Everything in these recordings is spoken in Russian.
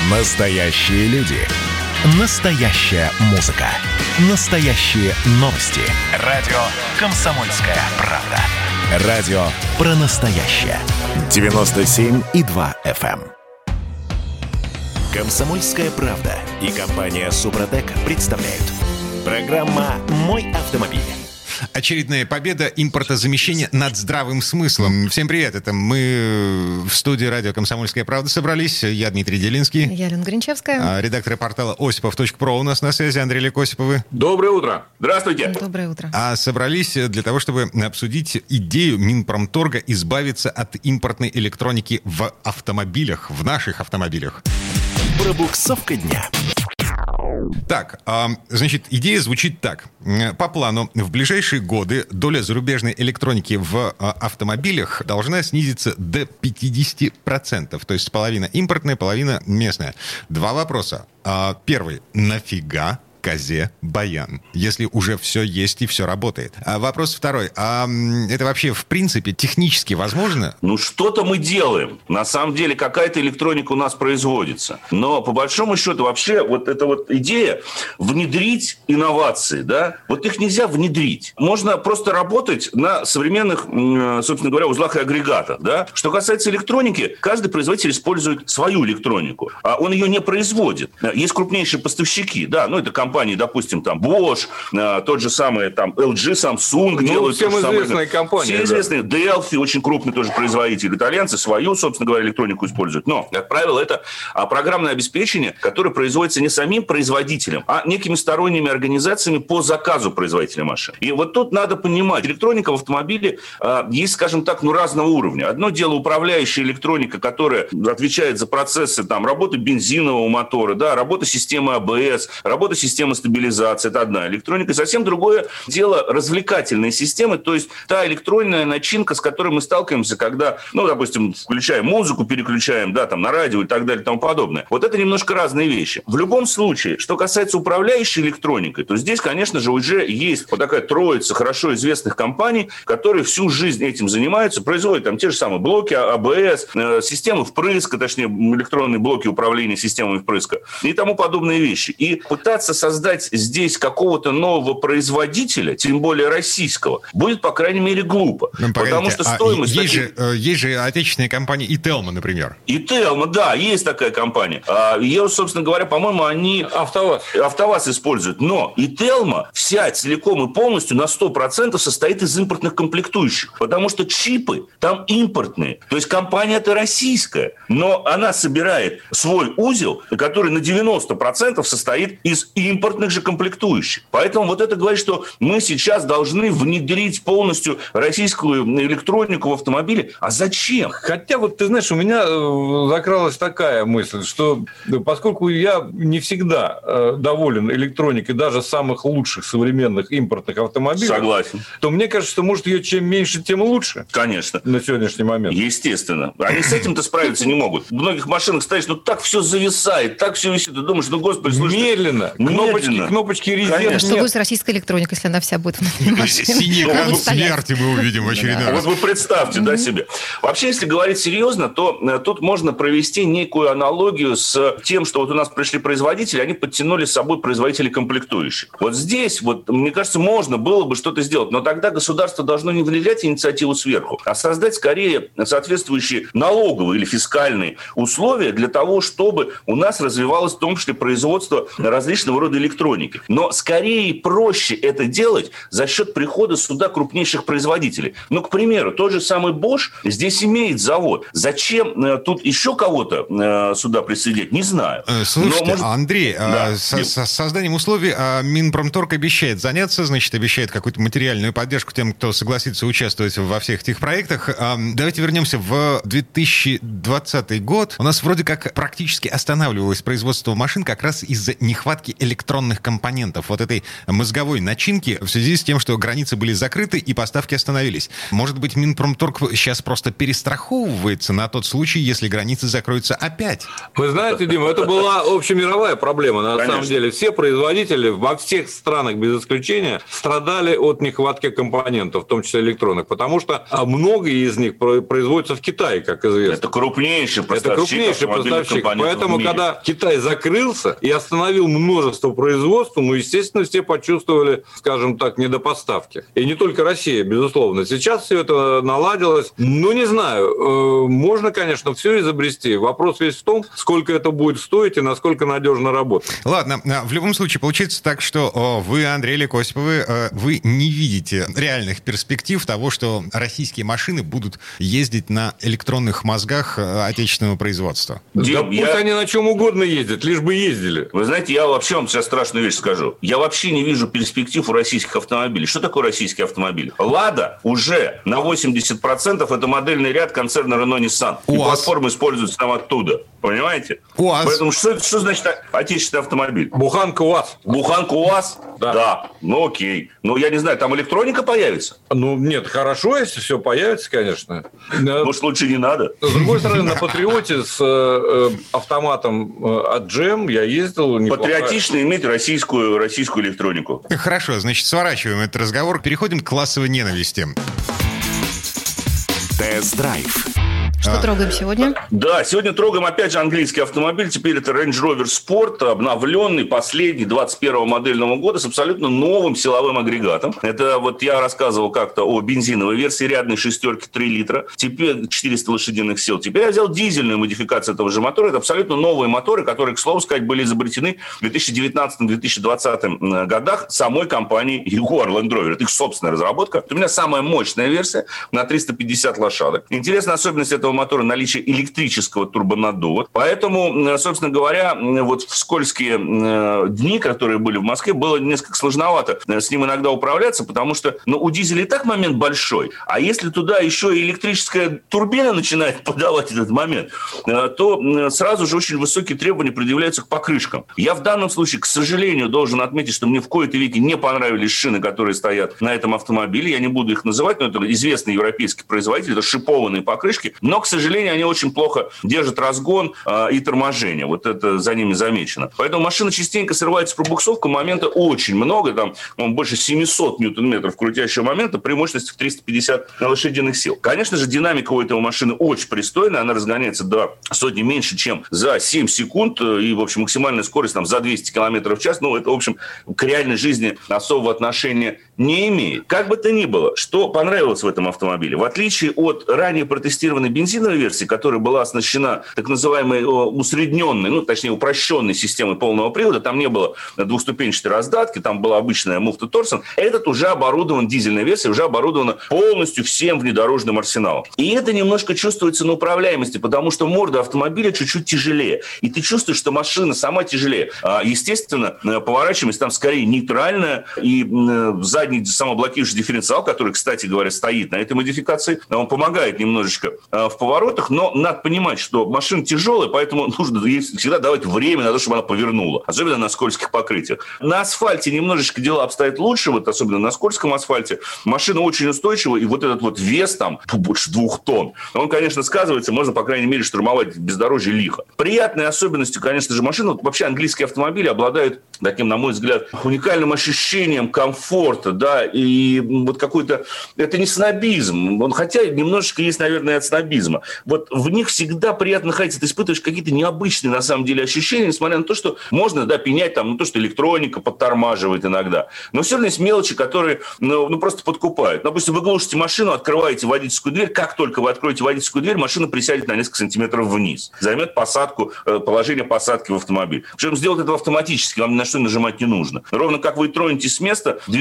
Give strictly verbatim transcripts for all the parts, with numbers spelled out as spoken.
Настоящие люди. Настоящая музыка. Настоящие новости. Радио «Комсомольская правда». Радио про настоящее. девяносто семь и два эф эм. «Комсомольская правда» и компания «Супротек» представляют. Программа «Мой автомобиль». Очередная победа импортозамещения над здравым смыслом. Всем привет, это мы в студии радио «Комсомольская правда» собрались. Я Дмитрий Делинский. Я Алена Гринчевская. Редактор портала осипов точка про у нас на связи. Андрей Лекосиповы. Доброе утро. Здравствуйте. Доброе утро. А собрались для того, чтобы обсудить идею Минпромторга избавиться от импортной электроники в автомобилях, в наших автомобилях. Пробуксовка дня. Так, значит, идея звучит так. По плану, в ближайшие годы доля зарубежной электроники в автомобилях должна снизиться до пятьдесят процентов. То есть половина импортная, половина местная. Два вопроса. Первый. Нафига козе баян, если уже все есть и все работает? А вопрос второй. А это вообще, в принципе, технически возможно? Ну, что-то мы делаем. На самом деле, какая-то электроника у нас производится. Но, по большому счету, вообще, вот эта вот идея внедрить инновации, да, вот их нельзя внедрить. Можно просто работать на современных, собственно говоря, узлах и агрегатах, да. Что касается электроники, каждый производитель использует свою электронику, а он ее не производит. Есть крупнейшие поставщики, да, ну, это компании, допустим, там, Bosch, э, тот же самый, там, эл джи, Samsung ну, делают. Всем известные самое, компании. Все известные. Да. Delphi, очень крупный тоже производитель. Итальянцы свою, собственно говоря, электронику используют. Но, как правило, это а, программное обеспечение, которое производится не самим производителем, а некими сторонними организациями по заказу производителя машин. И вот тут надо понимать, электроника в автомобиле а, есть, скажем так, ну, разного уровня. Одно дело управляющая электроника, которая отвечает за процессы там, работы бензинового мотора, да, работа системы а бэ эс, работа системы стабилизации, это одна электроника. И совсем другое дело развлекательные системы, то есть та электронная начинка, с которой мы сталкиваемся, когда, ну, допустим, включаем музыку, переключаем, да, там, на радио и так далее и тому подобное. Вот это немножко разные вещи. В любом случае, что касается управляющей электроникой, то здесь, конечно же, уже есть вот такая троица хорошо известных компаний, которые всю жизнь этим занимаются, производят там те же самые блоки а бэ эс, э, системы впрыска, точнее, электронные блоки управления системами впрыска и тому подобные вещи. И пытаться создать здесь какого-то нового производителя, тем более российского, будет, по крайней мере, глупо. Ну, потому что стоимость... А есть, таких... же, есть же отечественная компания Ителма, например. Ителма, да, есть такая компания. Ее, собственно говоря, по-моему, они... АвтоВАЗ. АвтоВАЗ используют. Но Ителма вся целиком и полностью на сто процентов состоит из импортных комплектующих. Потому что чипы там импортные. То есть компания-то российская. Но она собирает свой узел, который на девяносто процентов состоит из импортных импортных же комплектующих. Поэтому вот это говорит, что мы сейчас должны внедрить полностью российскую электронику в автомобиле. А зачем? Хотя вот, ты знаешь, у меня закралась такая мысль, что поскольку я не всегда доволен электроникой даже самых лучших современных импортных автомобилей, согласен, то мне кажется, что, может, ее чем меньше, тем лучше. Конечно. На сегодняшний момент. Естественно. Они с этим-то справиться не могут. В многих машинах стоишь, ну так все зависает, так все висит. Ты думаешь, ну, господи, слушай. Медленно. Кнопочки, кнопочки резерв. Что будет с российской электроникой, если она вся будет внутри машины? Синий экран смерти мы увидим в очередной раз. Вот вы представьте, да, себе. Вообще, если говорить серьезно, то тут можно провести некую аналогию с тем, что вот у нас пришли производители, они подтянули с собой производителей комплектующих. Вот здесь, вот, мне кажется, можно было бы что-то сделать, но тогда государство должно не внедрять инициативу сверху, а создать скорее соответствующие налоговые или фискальные условия для того, чтобы у нас развивалось в том числе производство различного рода электроники. Но скорее и проще это делать за счет прихода сюда крупнейших производителей. Ну, к примеру, тот же самый Bosch здесь имеет завод. Зачем э, тут еще кого-то э, сюда присоединять, не знаю. Слушайте, Но, может... Андрей, да. со- со- созданием условий Минпромторг обещает заняться, значит, обещает какую-то материальную поддержку тем, кто согласится участвовать во всех этих проектах. Давайте вернемся в две тысячи двадцатый год. У нас вроде как практически останавливалось производство машин как раз из-за нехватки электроники. электронных компонентов, вот этой мозговой начинки, в связи с тем, что границы были закрыты и поставки остановились. Может быть, Минпромторг сейчас просто перестраховывается на тот случай, если границы закроются опять? Вы знаете, Дима, это была общемировая проблема. На Конечно. самом деле, все производители во всех странах без исключения страдали от нехватки компонентов, в том числе электронных, потому что многие из них производятся в Китае, как известно. Это крупнейший поставщик. Это крупнейший поставщик. Поэтому, когда Китай закрылся и остановил множество производства, ну, естественно, все почувствовали, скажем так, недопоставки. И не только Россия, безусловно. Сейчас все это наладилось. Ну, не знаю. Можно, конечно, все изобрести. Вопрос весь в том, сколько это будет стоить и насколько надежно работать. Ладно. В любом случае, получается так, что вы, Андрей Лекосиповы, вы не видите реальных перспектив того, что российские машины будут ездить на электронных мозгах отечественного производства. Дим, да пусть я... они на чем угодно ездят, лишь бы ездили. Вы знаете, я вообще вам сейчас страшную вещь скажу. Я вообще не вижу перспектив у российских автомобилей. Что такое российский автомобиль? «Лада» уже на восемьдесят процентов это модельный ряд концерна Renault-Nissan. И платформы используются там оттуда. Понимаете? УАЗ. Поэтому что, что значит отечественный автомобиль? Буханка УАЗ. Буханка УАЗ? Да. Да. Ну окей. Ну я не знаю, там электроника появится? Ну нет, хорошо, если все появится, конечно. Может, лучше не надо? С другой стороны, на «Патриоте» с э, автоматом э, от джи эм я ездил. Неплохая. Патриотично иметь российскую, российскую электронику. Хорошо, значит, сворачиваем этот разговор. Переходим к классовой ненависти. Тест-драйв. Что а. трогаем сегодня? Да, сегодня трогаем опять же английский автомобиль. Теперь это Range Rover Sport, обновленный, последний, двадцать первого модельного года, с абсолютно новым силовым агрегатом. Это вот я рассказывал как-то о бензиновой версии рядной шестерки три литра. Теперь четыреста лошадиных сил. Теперь я взял дизельную модификацию этого же мотора. Это абсолютно новые моторы, которые, к слову сказать, были изобретены в две тысячи девятнадцатом - две тысячи двадцатом годах самой компанией Jaguar Land Rover. Это их собственная разработка. У меня самая мощная версия на триста пятьдесят лошадок. Интересная особенность этого мотора — наличие электрического турбонаддува. Поэтому, собственно говоря, вот в скользкие дни, которые были в Москве, было несколько сложновато с ним иногда управляться, потому что ну, у дизеля и так момент большой, а если туда еще и электрическая турбина начинает подавать этот момент, то сразу же очень высокие требования предъявляются к покрышкам. Я в данном случае, к сожалению, должен отметить, что мне в кои-то веки не понравились шины, которые стоят на этом автомобиле. Я не буду их называть, но это известный европейский производитель, это шипованные покрышки, но, к сожалению, они очень плохо держат разгон э, и торможение. Вот это за ними замечено. Поэтому машина частенько срывается с пробуксовка. Момента очень много. Там он больше семьсот ньютон-метров крутящего момента при мощности в триста пятьдесят лошадиных сил. Конечно же, динамика у этой машины очень пристойная. Она разгоняется до сотни меньше, чем за семь секунд. И, в общем, максимальная скорость там за двести километров в час. Ну, это, в общем, к реальной жизни особого отношения не имеет. Как бы то ни было, что понравилось в этом автомобиле? В отличие от ранее протестированной бензиновой версии, которая была оснащена так называемой усредненной, ну, точнее, упрощенной системой полного привода, там не было двухступенчатой раздатки, там была обычная муфта Торсон. Этот уже оборудован, дизельная версия уже оборудована полностью всем внедорожным арсеналом. И это немножко чувствуется на управляемости, потому что морда автомобиля чуть-чуть тяжелее. И ты чувствуешь, что машина сама тяжелее. Естественно, поворачиваемость там скорее нейтральная, и задний самоблокирующий дифференциал, который, кстати говоря, стоит на этой модификации, он помогает немножечко в поворотах, но надо понимать, что машина тяжелая, поэтому нужно ей всегда давать время на то, чтобы она повернула, особенно на скользких покрытиях. На асфальте немножечко дела обстоят лучше, вот особенно на скользком асфальте. Машина очень устойчива, и вот этот вот вес там больше двух тонн, он, конечно, сказывается, можно, по крайней мере, штурмовать бездорожье лихо. Приятной особенностью, конечно же, машины, вот вообще английские автомобили обладают таким, на мой взгляд, уникальным ощущением комфорта, да, и вот какой-то, это не снобизм, он, хотя немножечко есть, наверное, от снобизма. Вот в них всегда приятно находиться, ты испытываешь какие-то необычные, на самом деле, ощущения, несмотря на то, что можно, да, пенять там, ну, то, что электроника подтормаживает иногда, но все равно есть мелочи, которые, ну, ну, просто подкупают. Допустим, вы глушите машину, открываете водительскую дверь, как только вы откроете водительскую дверь, машина присядет на несколько сантиметров вниз, займет посадку, положение посадки в автомобиль. Причем сделать это автоматически, вам ни на что нажимать не нужно. Ровно как вы тронетесь с места, двери заблокируют,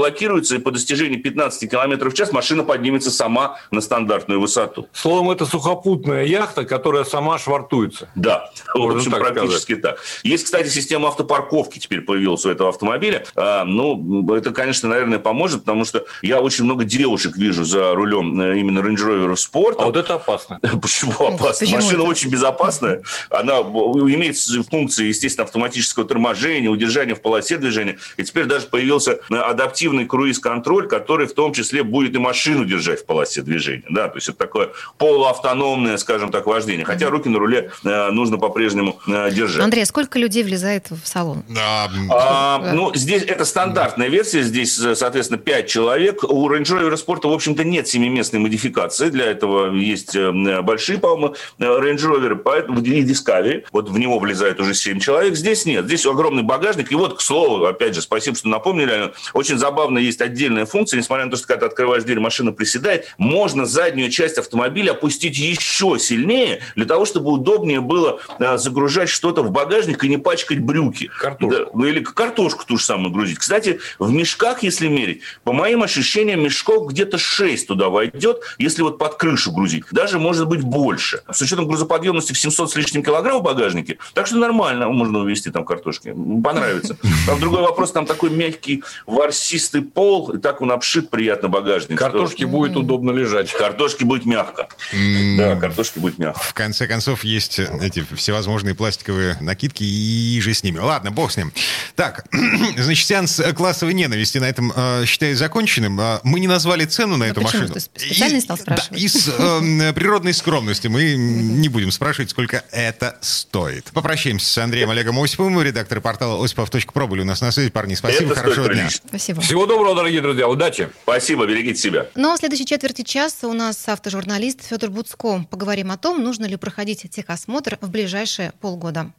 заблокируется, и по достижении пятнадцати километров в час машина поднимется сама на стандартную высоту. Словом, это сухопутная яхта, которая сама швартуется. Да, можно в общем, так практически сказать. Так. Есть, кстати, система автопарковки теперь появилась у этого автомобиля. А, ну, это, конечно, наверное, поможет, потому что я очень много девушек вижу за рулем именно Range Rover Sport. А вот это опасно. Почему опасно? Почему Машина это? Очень безопасная. Она имеет функции, естественно, автоматического торможения, удержания в полосе движения. И теперь даже появился адаптивный круиз-контроль, который в том числе будет и машину держать в полосе движения. Да, то есть это такое полуавтономное, скажем так, вождение. Хотя руки на руле э, нужно по-прежнему э, держать. Андрей, сколько людей влезает в салон? А, а, ну, здесь это стандартная версия. Здесь, соответственно, пять человек. У Range Rover Sport, в общем-то, нет семиместной модификации. Для этого есть большие, по-моему, Range Rover, поэтому и Discovery. Вот в него влезает уже семь человек. Здесь нет. Здесь огромный багажник. И вот, к слову, опять же, спасибо, что напомнили. Очень забавно, есть отдельная функция. Несмотря на то, что когда ты открываешь дверь, машина приседает, можно заднюю часть автомобиля опустить еще сильнее, для того, чтобы удобнее было загружать что-то в багажник и не пачкать брюки. Картошку. Да, ну, или картошку ту же самую грузить. Кстати, в мешках, если мерить, по моим ощущениям, мешков где-то шесть туда войдет, если вот под крышу грузить. Даже, может быть, больше. С учетом грузоподъемности в семьсот с лишним килограмм в багажнике, так что нормально можно увезти там картошки. Понравится. Там другой вопрос, там такой мягкий ворсистый пол, и так он обшит приятно багажник. Картошке что... будет удобно лежать. Картошке будет мягко. Mm. Да, картошке будет мягко. В конце концов, есть эти всевозможные пластиковые накидки и же с ними. Ладно, бог с ним. Так, значит, сеанс классовой ненависти на этом э, считаю законченным. Мы не назвали цену на а эту почему? машину. Ты специально стал спрашивать? Да, из э, природной скромности мы не будем спрашивать, сколько это стоит. Попрощаемся с Андреем Олегом Осиповым, редактор портала осипов точка про были у нас на связи. Парни, спасибо, это хорошего дня. Спасибо. Всего доброго, дорогие друзья, удачи. Спасибо, берегите себя. Ну а в следующей четверти часа у нас автожурналист Федор Буцко. Поговорим о том, нужно ли проходить техосмотр в ближайшие полгода.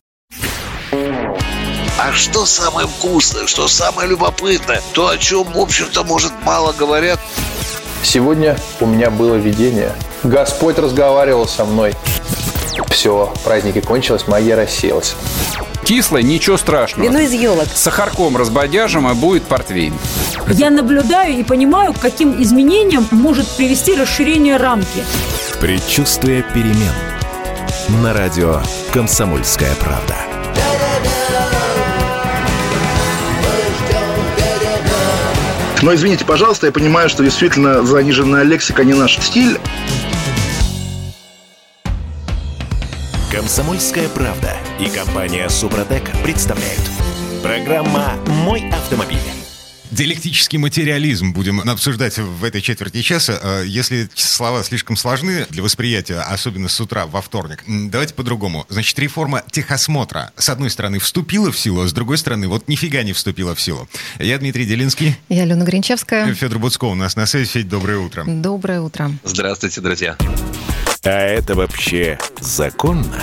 А что самое вкусное, что самое любопытное, то, о чем, в общем-то, может, мало говорят. Сегодня у меня было видение. Господь разговаривал со мной. Все, праздники кончились, магия рассеялась. Кислое, ничего страшного. Вино из елок. С сахарком разбодяжим, и будет портвейн. Я наблюдаю и понимаю, к каким изменениям может привести расширение рамки. Предчувствие перемен. На радио «Комсомольская правда». Но извините, пожалуйста, я понимаю, что действительно заниженная лексика не наш стиль. «Комсомольская правда» и компания «Супротек» представляют. Программа «Мой автомобиль». Диалектический материализм будем обсуждать в этой четверти часа. Если слова слишком сложны для восприятия, особенно с утра во вторник, давайте по-другому. Значит, реформа техосмотра, с одной стороны, вступила в силу, а с другой стороны, вот нифига не вступила в силу. Я Дмитрий Делинский. Я Алена Гринчевская. Федор Буцко у нас на связи. Федь, доброе утро. Доброе утро. Здравствуйте, друзья. А это вообще законно?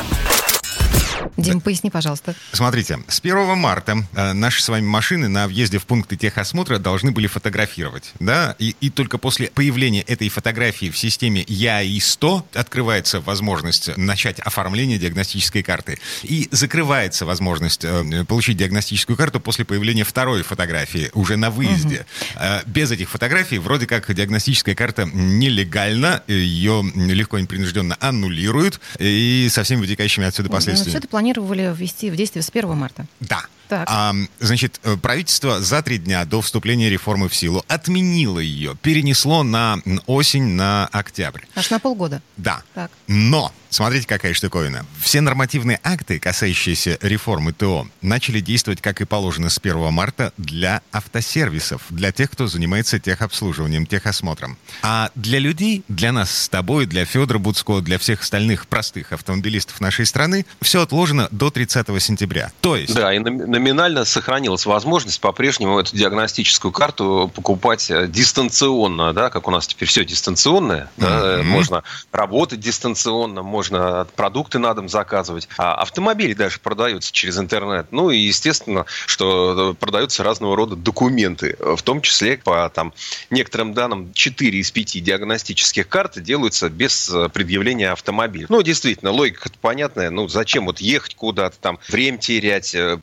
Дим, поясни, пожалуйста. Смотрите, с первого марта э, наши с вами машины на въезде в пункты техосмотра должны были фотографировать, да, и, и только после появления этой фотографии в системе Я И сто открывается возможность начать оформление диагностической карты и закрывается возможность э, получить диагностическую карту после появления второй фотографии уже на выезде. Угу. Э, без этих фотографий вроде как диагностическая карта нелегальна, ее легко и непринужденно аннулируют и со всеми вытекающими отсюда последствиями. Планировали ввести в действие с первого марта. Да. А, значит, правительство за три дня до вступления реформы в силу отменило ее, перенесло на осень, на октябрь. Аж на полгода. Да. Так. Но, смотрите, какая штуковина. Все нормативные акты, касающиеся реформы ТО, начали действовать, как и положено, с первого марта для автосервисов, для тех, кто занимается техобслуживанием, техосмотром. А для людей, для нас с тобой, для Федора Буцко, для всех остальных простых автомобилистов нашей страны, все отложено до тридцатого сентября. То есть... Да, и номинально сохранилась возможность по-прежнему эту диагностическую карту покупать дистанционно, да, как у нас теперь все дистанционное. Mm-hmm. Да, можно работать дистанционно, можно продукты на дом заказывать. А автомобили даже продаются через интернет. Ну и, естественно, что продаются разного рода документы. В том числе, по там, некоторым данным, четыре из пяти диагностических карт делаются без предъявления автомобиля. Ну, действительно, логика понятная. Ну, зачем вот ехать куда-то там, время терять. А еще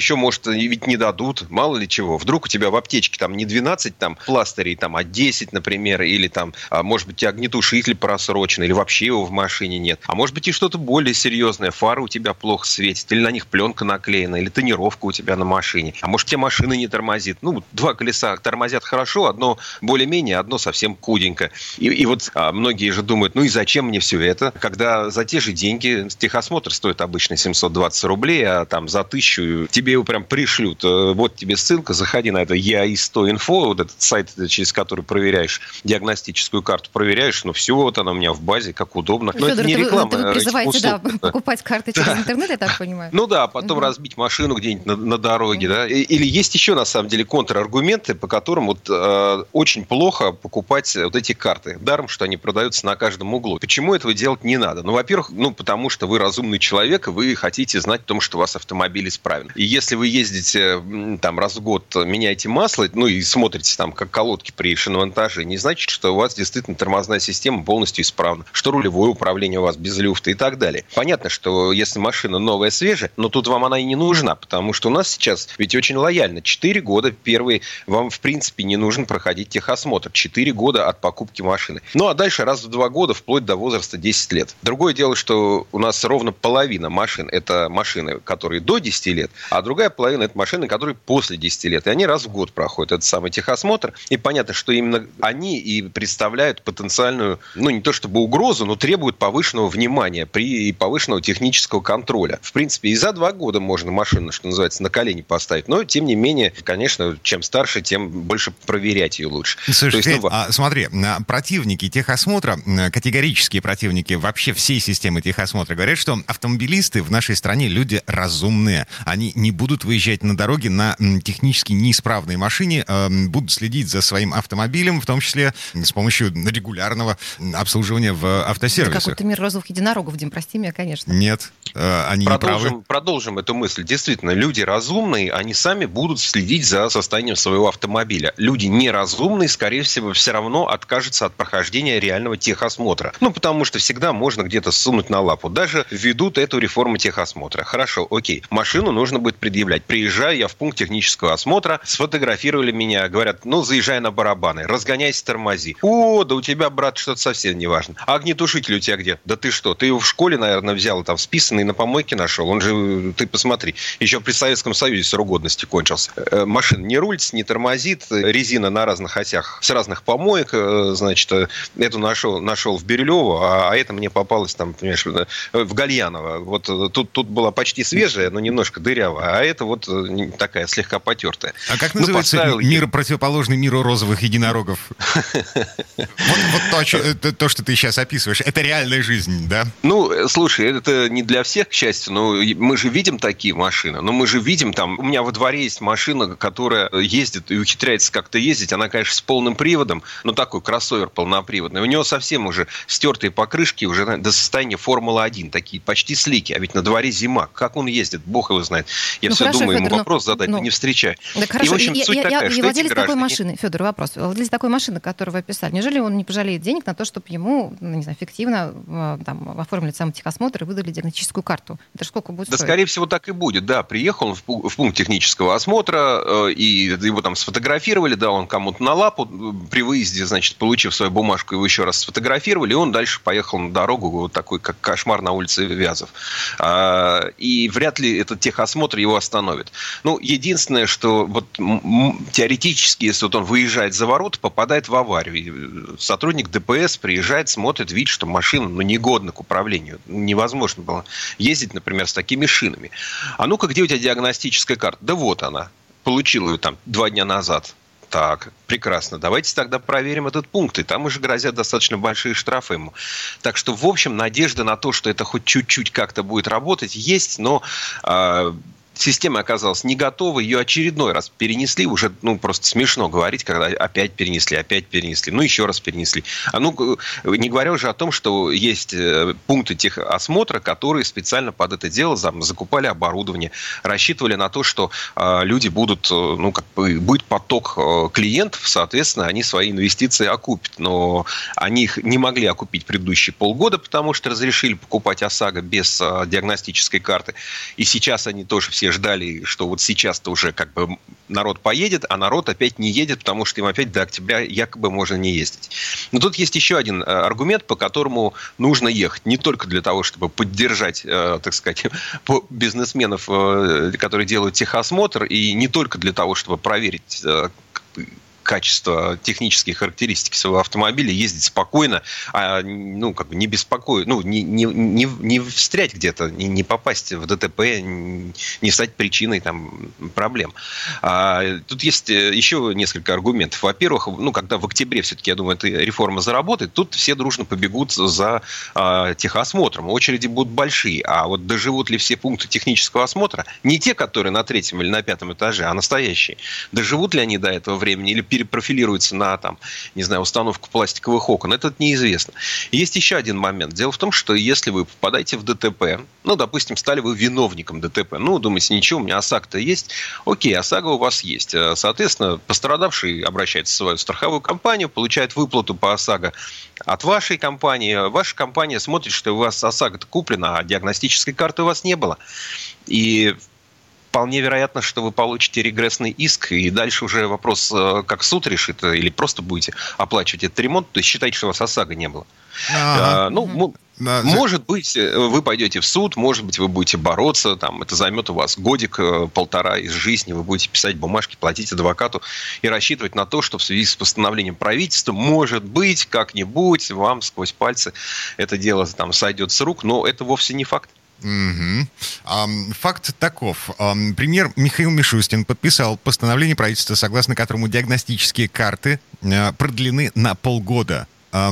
еще, может, ведь не дадут, мало ли чего. Вдруг у тебя в аптечке там не двенадцать там, пластырей, там, а десять, например, или там, может быть, у тебя огнетушитель просрочен, или вообще его в машине нет. А может быть, и что-то более серьезное. Фары у тебя плохо светят, или на них пленка наклеена, или тонировка у тебя на машине. А может, тебе машина не тормозит. Ну, два колеса тормозят хорошо, одно более-менее, одно совсем худенько. И, и вот а, многие же думают, ну и зачем мне все это, когда за те же деньги техосмотр стоит обычно семьсот двадцать рублей, а там за тысячу тебе его прям пришлют. Вот тебе ссылка, заходи на это и а и сто инфо, вот этот сайт, через который проверяешь диагностическую карту, проверяешь, ну все, вот она у меня в базе, как удобно. Но Федор, это не это реклама. Вы, это вы призываете, услуг, да, это. покупать карты через да. интернет, я так понимаю? Ну да, потом угу. разбить машину где-нибудь на, на дороге, угу. да. Или есть еще, на самом деле, контраргументы, по которым вот э, очень плохо покупать вот эти карты. Даром, что они продаются на каждом углу. Почему этого делать не надо? Ну, во-первых, ну, потому что вы разумный человек, и вы хотите знать о том, что у вас автомобиль исправен. И если вы ездите там раз в год, меняете масло, ну, и смотрите там, как колодки при шиномонтаже, не значит, что у вас действительно тормозная система полностью исправна, что рулевое управление у вас без люфта и так далее. Понятно, что если машина новая, свежая, но тут вам она и не нужна, потому что у нас сейчас ведь очень лояльно. Четыре года первые вам, в принципе, не нужно проходить техосмотр. Четыре года от покупки машины. Ну, а дальше раз в два года, вплоть до возраста десять лет. Другое дело, что у нас ровно половина машин – это машины, которые до десяти лет, а другая половина – это машины, которые после десяти лет. И они раз в год проходят этот самый техосмотр. И понятно, что именно они и представляют потенциальную, ну, не то чтобы угрозу, но требуют повышенного внимания при и повышенного технического контроля. В принципе, и за два года можно машину, что называется, на колени поставить. Но, тем не менее, конечно, чем старше, тем больше проверять ее лучше. Слушай, то есть, ну, а, смотри, противники техосмотра, категорические противники вообще всей системы техосмотра говорят, что автомобилисты в нашей стране люди разумные. Они не будут выезжать на дороге на технически неисправной машине, будут следить за своим автомобилем, в том числе с помощью регулярного обслуживания в автосервисах. Это какой-то мир розовых единорогов, Дим, прости меня, конечно. Нет, они продолжим, не правы. Продолжим эту мысль. Действительно, люди разумные, они сами будут следить за состоянием своего автомобиля. Люди неразумные, скорее всего, все равно откажутся от прохождения реального техосмотра. Ну, потому что всегда можно где-то сунуть на лапу. Даже введут эту реформу техосмотра. Хорошо, окей. Машину нужно будет предъявлять. Приезжаю я в пункт технического осмотра, сфотографировали меня, говорят, ну, заезжай на барабаны, разгоняйся, тормози. О, да у тебя, брат, что-то совсем не важно. А огнетушитель у тебя где? Да ты что, ты его в школе, наверное, взял, там, списанный, на помойке нашел. Он же, ты посмотри, еще при Советском Союзе срок годности кончился. Э, машина не рулится, не тормозит, резина на разных осях, с разных помоек, э, значит, э, эту нашел, нашел в Бирюлево, а, а это мне попалось там, понимаешь, в Гальяново. Вот тут, тут была почти свежая, но немножко дырявая, а это вот такая слегка потертая. А как называется ну, мир, противоположный миру розовых единорогов? Вот то, что ты сейчас описываешь, это реальная жизнь, да? Ну, слушай, это не для всех, к счастью, но мы же видим такие машины, но мы же видим там, у меня во дворе есть машина, которая ездит и ухитряется как-то ездить, она, конечно, с полным приводом, но такой кроссовер полноприводный, у него совсем уже стертые покрышки, уже до состояния Формулы один, такие почти слики, а ведь на дворе зима, как он ездит, бог его знает. Я ну, все хорошо, думаю, Федор, ему вопрос но, задать, но... не встречаю. Да, хорошо, и, в общем, я, суть я, такая, я, что владелец такой граждане... машины, Федор, вопрос, владелец такой машины, которую вы описали, неужели он не пожалеет денег на то, чтобы ему, ну, не знаю, фиктивно там, оформили сам техосмотр и выдали диагностическую карту? Это же сколько будет да, стоить? Скорее всего, так и будет, да. Приехал он в, в пункт технического осмотра, э, и его там сфотографировали, дал он кому-то на лапу, при выезде, значит, получив свою бумажку, его еще раз сфотографировали, и он дальше поехал на дорогу, вот такой, как кошмар на улице Вязов. А, и вряд ли этот техосмотр его остановит. Ну, единственное, что вот м- теоретически, если вот он выезжает за ворота, попадает в аварию. Сотрудник ДПС приезжает, смотрит, видит, что машина ну, негодна к управлению. Невозможно было ездить, например, с такими шинами. А ну-ка, где у тебя диагностическая карта? Да вот она. Получил ее там два дня назад. Так, прекрасно. Давайте тогда проверим этот пункт. И там уже грозят достаточно большие штрафы ему. Так что, в общем, надежда на то, что это хоть чуть-чуть как-то будет работать, есть, но... Э- Система оказалась не готова, ее очередной раз перенесли, уже ну, просто смешно говорить, когда опять перенесли, опять перенесли, ну еще раз перенесли. А ну, не говоря уже о том, что есть пункты техосмотра, которые специально под это дело закупали оборудование, рассчитывали на то, что э, люди будут, ну, как бы, будет поток э, клиентов, соответственно, они свои инвестиции окупят. Но они их не могли окупить предыдущие полгода, потому что разрешили покупать ОСАГО без э, диагностической карты. И сейчас они тоже все все ждали, что вот сейчас-то уже как бы народ поедет, а народ опять не едет, потому что им опять до октября якобы можно не ездить. Но тут есть еще один аргумент, по которому нужно ехать. Не только для того, чтобы поддержать, так сказать, бизнесменов, которые делают техосмотр, и не только для того, чтобы проверить качество, технические характеристики своего автомобиля, ездить спокойно, а, ну, как бы не беспокоить, ну, не, не, не, не встрять где-то, не, не попасть в ДТП, не стать причиной там, проблем. А, тут есть еще несколько аргументов. Во-первых, ну, когда в октябре все-таки, я думаю, эта реформа заработает, тут все дружно побегут за а, техосмотром. Очереди будут большие. А вот доживут ли все пункты технического осмотра, не те, которые на третьем или на пятом этаже, а настоящие, доживут ли они до этого времени или перепрофилируется на, там, не знаю, установку пластиковых окон, это неизвестно. Есть еще один момент. Дело в том, что если вы попадаете в ДТП, ну, допустим, стали вы виновником ДТП, ну, думаете, ничего, у меня ОСАГО-то есть, окей, ОСАГО у вас есть. Соответственно, пострадавший обращается в свою страховую компанию, получает выплату по ОСАГО от вашей компании. Ваша компания смотрит, что у вас ОСАГО-то куплено, а диагностической карты у вас не было. И вполне вероятно, что вы получите регрессный иск, и дальше уже вопрос, как суд решит, или просто будете оплачивать этот ремонт, то есть считайте, что у вас ОСАГО не было. А, ну, угу. м- может быть, вы пойдете в суд, может быть, вы будете бороться, там, это займет у вас годик-полтора из жизни, вы будете писать бумажки, платить адвокату и рассчитывать на то, что в связи с постановлением правительства, может быть, как-нибудь вам сквозь пальцы это дело там сойдет с рук, но это вовсе не факт. Угу. Факт таков. Премьер Михаил Мишустин подписал постановление правительства, согласно которому диагностические карты продлены на полгода.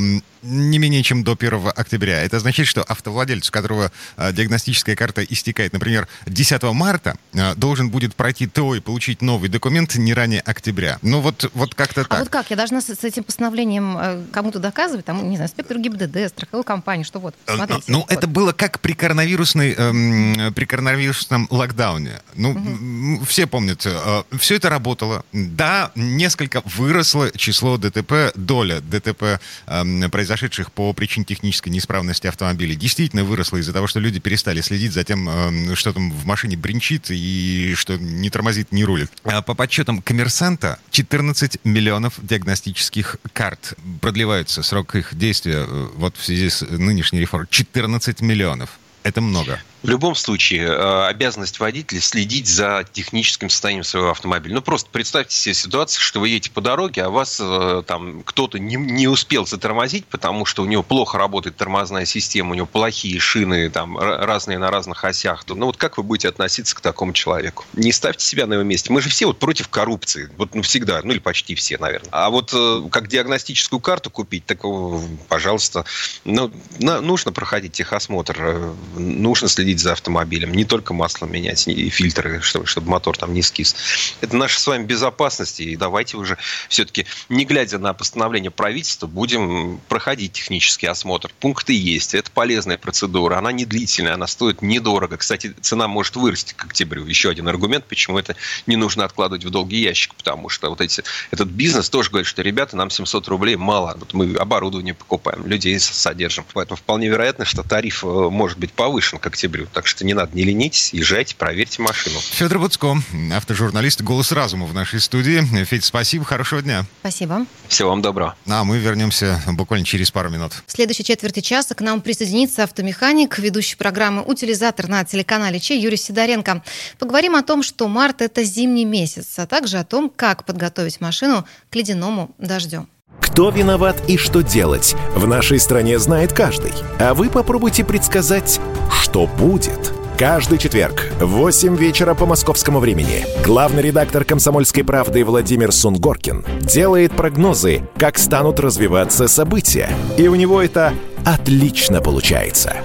Не менее чем до первого октября. Это означает, что автовладелец, у которого э, диагностическая карта истекает, например, десятого марта, э, должен будет пройти ТО и получить новый документ не ранее октября. Ну вот, вот как-то так. А вот как? Я должна с, с этим постановлением э, кому-то доказывать? Там, не знаю, инспектору ГИБДД, страховой компании, что вот, смотрите. Ну, вот. Это было как при, коронавирусной, э, при коронавирусном локдауне. Ну, угу. Все помнят, э, все это работало. Да, несколько выросло число ДТП, доля ДТП э, произошла по причине технической неисправности автомобиля, действительно выросла из-за того, что люди перестали следить за тем, что там в машине бренчит и что не тормозит, не рулит. По подсчетам «Коммерсанта», четырнадцать миллионов диагностических карт продлеваются, срок их действия вот в связи с нынешней реформой. четырнадцать миллионов. Это много. В любом случае, обязанность водителя следить за техническим состоянием своего автомобиля. Ну, просто представьте себе ситуацию, что вы едете по дороге, а вас там кто-то не, не успел затормозить, потому что у него плохо работает тормозная система, у него плохие шины, там, разные на разных осях. Ну, вот как вы будете относиться к такому человеку? Не ставьте себя на его месте. Мы же все вот против коррупции. Вот, ну, всегда. Ну, или почти все, наверное. А вот как диагностическую карту купить, так, пожалуйста. Ну, нужно проходить техосмотр, нужно следить за автомобилем, не только масло менять и фильтры, чтобы, чтобы мотор там не скис. Это наша с вами безопасность, и давайте уже все-таки, не глядя на постановление правительства, будем проходить технический осмотр. Пункты есть, это полезная процедура, она не длительная, она стоит недорого. Кстати, цена может вырасти к октябрю. Еще один аргумент, почему это не нужно откладывать в долгий ящик, потому что вот эти, этот бизнес тоже говорит, что, ребята, нам семьсот рублей мало, вот мы оборудование покупаем, людей содержим. Поэтому вполне вероятно, что тариф может быть повышен к октябрю. Так что не надо, не ленитесь, езжайте, проверьте машину. Федор Буцко, автожурналист, голос разума в нашей студии. Федь, спасибо, хорошего дня. Спасибо. Всего вам доброго. А мы вернемся буквально через пару минут. В следующей четверти часа к нам присоединится автомеханик, ведущий программы «Утилизатор» на телеканале Че Юрий Сидоренко. Поговорим о том, что март – это зимний месяц, а также о том, как подготовить машину к ледяному дождю. Кто виноват и что делать, в нашей стране знает каждый. А вы попробуйте предсказать, что будет. Каждый четверг в восемь вечера по московскому времени главный редактор «Комсомольской правды» Владимир Сунгоркин делает прогнозы, как станут развиваться события. И у него это отлично получается.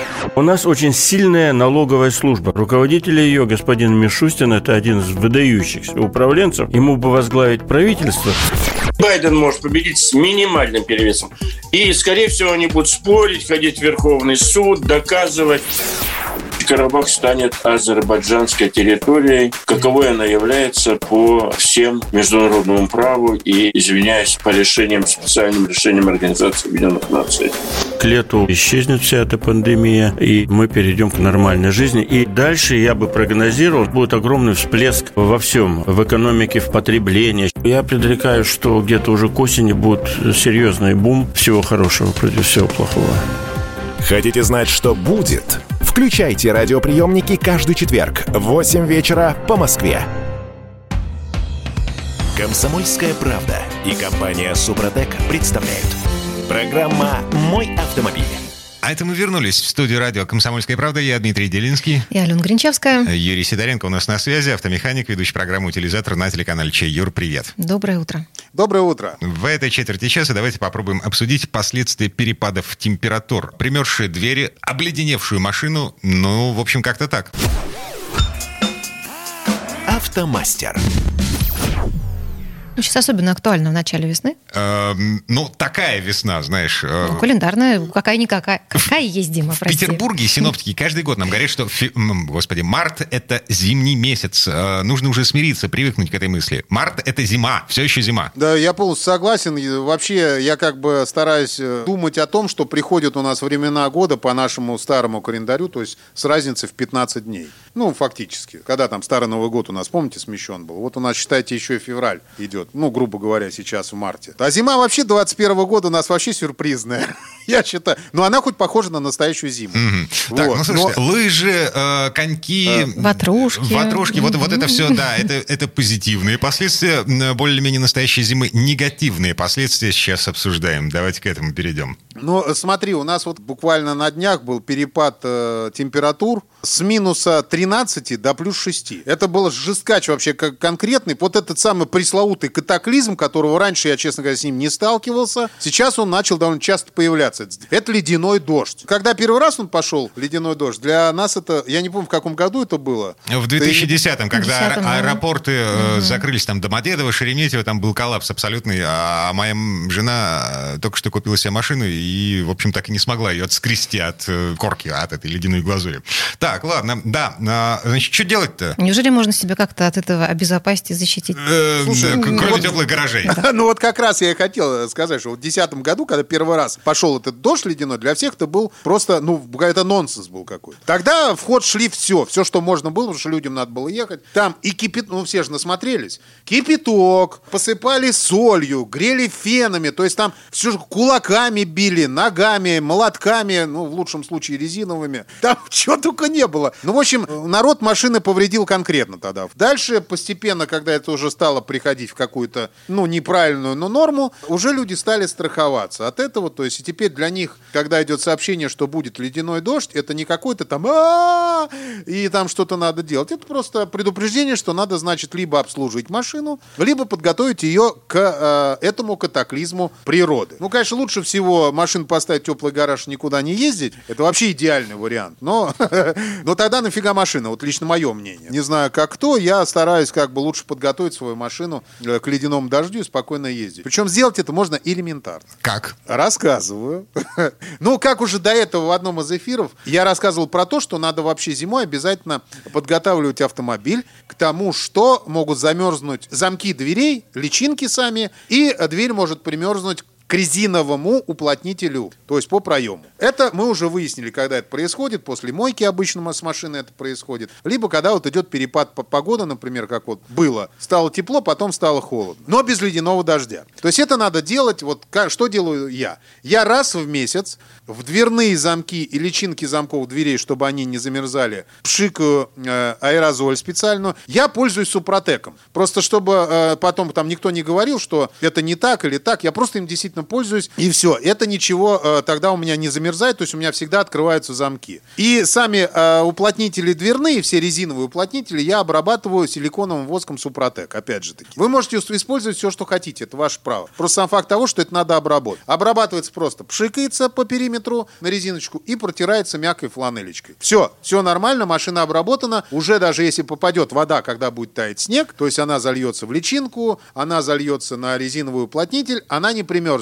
У нас очень сильная налоговая служба. Руководитель ее, господин Мишустин, это один из выдающихся управленцев. Ему бы возглавить правительство. Байден может победить с минимальным перевесом. И, скорее всего, они будут спорить, ходить в Верховный суд, доказывать. Карабах станет азербайджанской территорией, каковой она является по всем международному праву и, извиняюсь, по решениям, специальным решениям Организации Объединенных Наций. К лету исчезнет вся эта пандемия, и мы перейдем к нормальной жизни. И дальше, я бы прогнозировал, будет огромный всплеск во всем, в экономике, в потреблении. Я предрекаю, что где-то уже к осени будет серьезный бум всего хорошего против всего плохого. Хотите знать, что будет? Включайте радиоприемники каждый четверг в восемь вечера по Москве. «Комсомольская правда» и компания «Супротек» представляют. Программа «Мой автомобиль». А это мы вернулись в студию радио «Комсомольская правда». Я Дмитрий Делинский. Я Алена Гринчевская. Юрий Сидоренко у нас на связи, автомеханик, ведущий программу «Утилизатор» на телеканале Чей. Юр, привет. Доброе утро. Доброе утро. В этой четверти часа давайте попробуем обсудить последствия перепадов температур. Примерзшие двери, обледеневшую машину, ну, в общем, как-то так. Автомастер. Сейчас особенно актуально в начале весны. Э, ну, такая весна, знаешь. Э, ну, календарная, какая-никакая. Какая есть зима, в прости. В Петербурге синоптики каждый год нам говорят, что, фи, господи, март – это зимний месяц. Э, нужно уже смириться, привыкнуть к этой мысли. Март – это зима, все еще зима. Да, я полностью согласен. Вообще, я как бы стараюсь думать о том, что приходят у нас времена года по нашему старому календарю, то есть с разницей в пятнадцать дней. Ну, фактически. Когда там Старый Новый год у нас, помните, смещен был? Вот у нас, считайте, еще и февраль идет. Ну, грубо говоря, сейчас в марте. А зима вообще двадцать первого года у нас вообще сюрпризная. Я считаю. Но она хоть похожа на настоящую зиму. Mm-hmm. Так, вот. Ну, слушайте, но... лыжи, э, коньки... Э, ватрушки. Ватрушки, mm-hmm. вот, вот это все, да, это, это позитивные последствия. Более-менее настоящей зимы. Негативные последствия сейчас обсуждаем. Давайте к этому перейдем. Ну, смотри, у нас вот буквально на днях был перепад э, температур с минуса тринадцати до плюс шести. Это был жесткач вообще как конкретный. Вот этот самый пресловутый катаклизм, которого раньше я, честно говоря, с ним не сталкивался. Сейчас он начал довольно часто появляться. Это ледяной дождь. Когда первый раз он пошел, ледяной дождь, для нас это... Я не помню, в каком году это было. В две тысячи десятом, Ты... когда аэ- аэропорты mm-hmm. закрылись, там Домодедово, Шереметьево, там был коллапс абсолютный. А моя жена только что купила себе машину и, в общем, так и не смогла ее отскрести от корки, от этой ледяной глазури. Так, ладно, да. Значит, что делать-то? Неужели можно себя как-то от этого обезопасить и защитить? Слушай, кроме теплых гаражей. Ну вот как раз я и хотел сказать, что в две тысячи десятом году, когда первый раз пошел этот дождь ледяной, для всех это был просто, ну, это нонсенс был какой-то. Тогда в ход шли все, все, что можно было, потому что людям надо было ехать. Там и кипяток, ну все же насмотрелись, кипяток, посыпали солью, грели фенами, то есть там все же кулаками били, ногами, молотками, ну, в лучшем случае резиновыми. Там чего только не было. Ну, в общем, народ машины повредил конкретно тогда. Дальше постепенно, когда это уже стало приходить в какую-то, ну, неправильную, но норму, уже люди стали страховаться от этого. То есть и теперь для них, когда идет сообщение, что будет ледяной дождь, это не какой-то там а и там что-то надо делать. Это просто предупреждение, что надо, значит, либо обслужить машину, либо подготовить ее к э, этому катаклизму природы. Ну, конечно, лучше всего машину поставить в теплый гараж, никуда не ездить. Это вообще идеальный вариант. Но, но тогда нафига машина? Вот лично мое мнение. Не знаю, как кто, я стараюсь как бы лучше подготовить свою машину к ледяному дождю и спокойно ездить. Причем сделать это можно элементарно. Как? Рассказываю. Ну, как уже до этого в одном из эфиров я рассказывал про то, что надо вообще зимой обязательно подготавливать автомобиль к тому, что могут замерзнуть замки дверей, личинки сами, и дверь может примерзнуть к резиновому уплотнителю, то есть по проему. Это мы уже выяснили, когда это происходит, после мойки обычно с машины это происходит, либо когда вот идет перепад погоды, например, как вот было, стало тепло, потом стало холодно, но без ледяного дождя. То есть это надо делать, вот как, что делаю я? Я раз в месяц в дверные замки и личинки замков дверей, чтобы они не замерзали, пшикаю э, аэрозоль специальную. Я пользуюсь Супротеком, просто чтобы э, потом там никто не говорил, что это не так или так, я просто им действительно пользуюсь, и все. Это ничего э, тогда у меня не замерзает, то есть у меня всегда открываются замки. И сами э, уплотнители дверные, все резиновые уплотнители, я обрабатываю силиконовым воском Супротек, опять же таки. Вы можете использовать все, что хотите, это ваше право. Просто сам факт того, что это надо обработать. Обрабатывается просто, пшикается по периметру на резиночку и протирается мягкой фланелечкой. Все, все нормально, машина обработана. Уже даже если попадет вода, когда будет таять снег, то есть она зальется в личинку, она зальется на резиновый уплотнитель, она не примерзнет.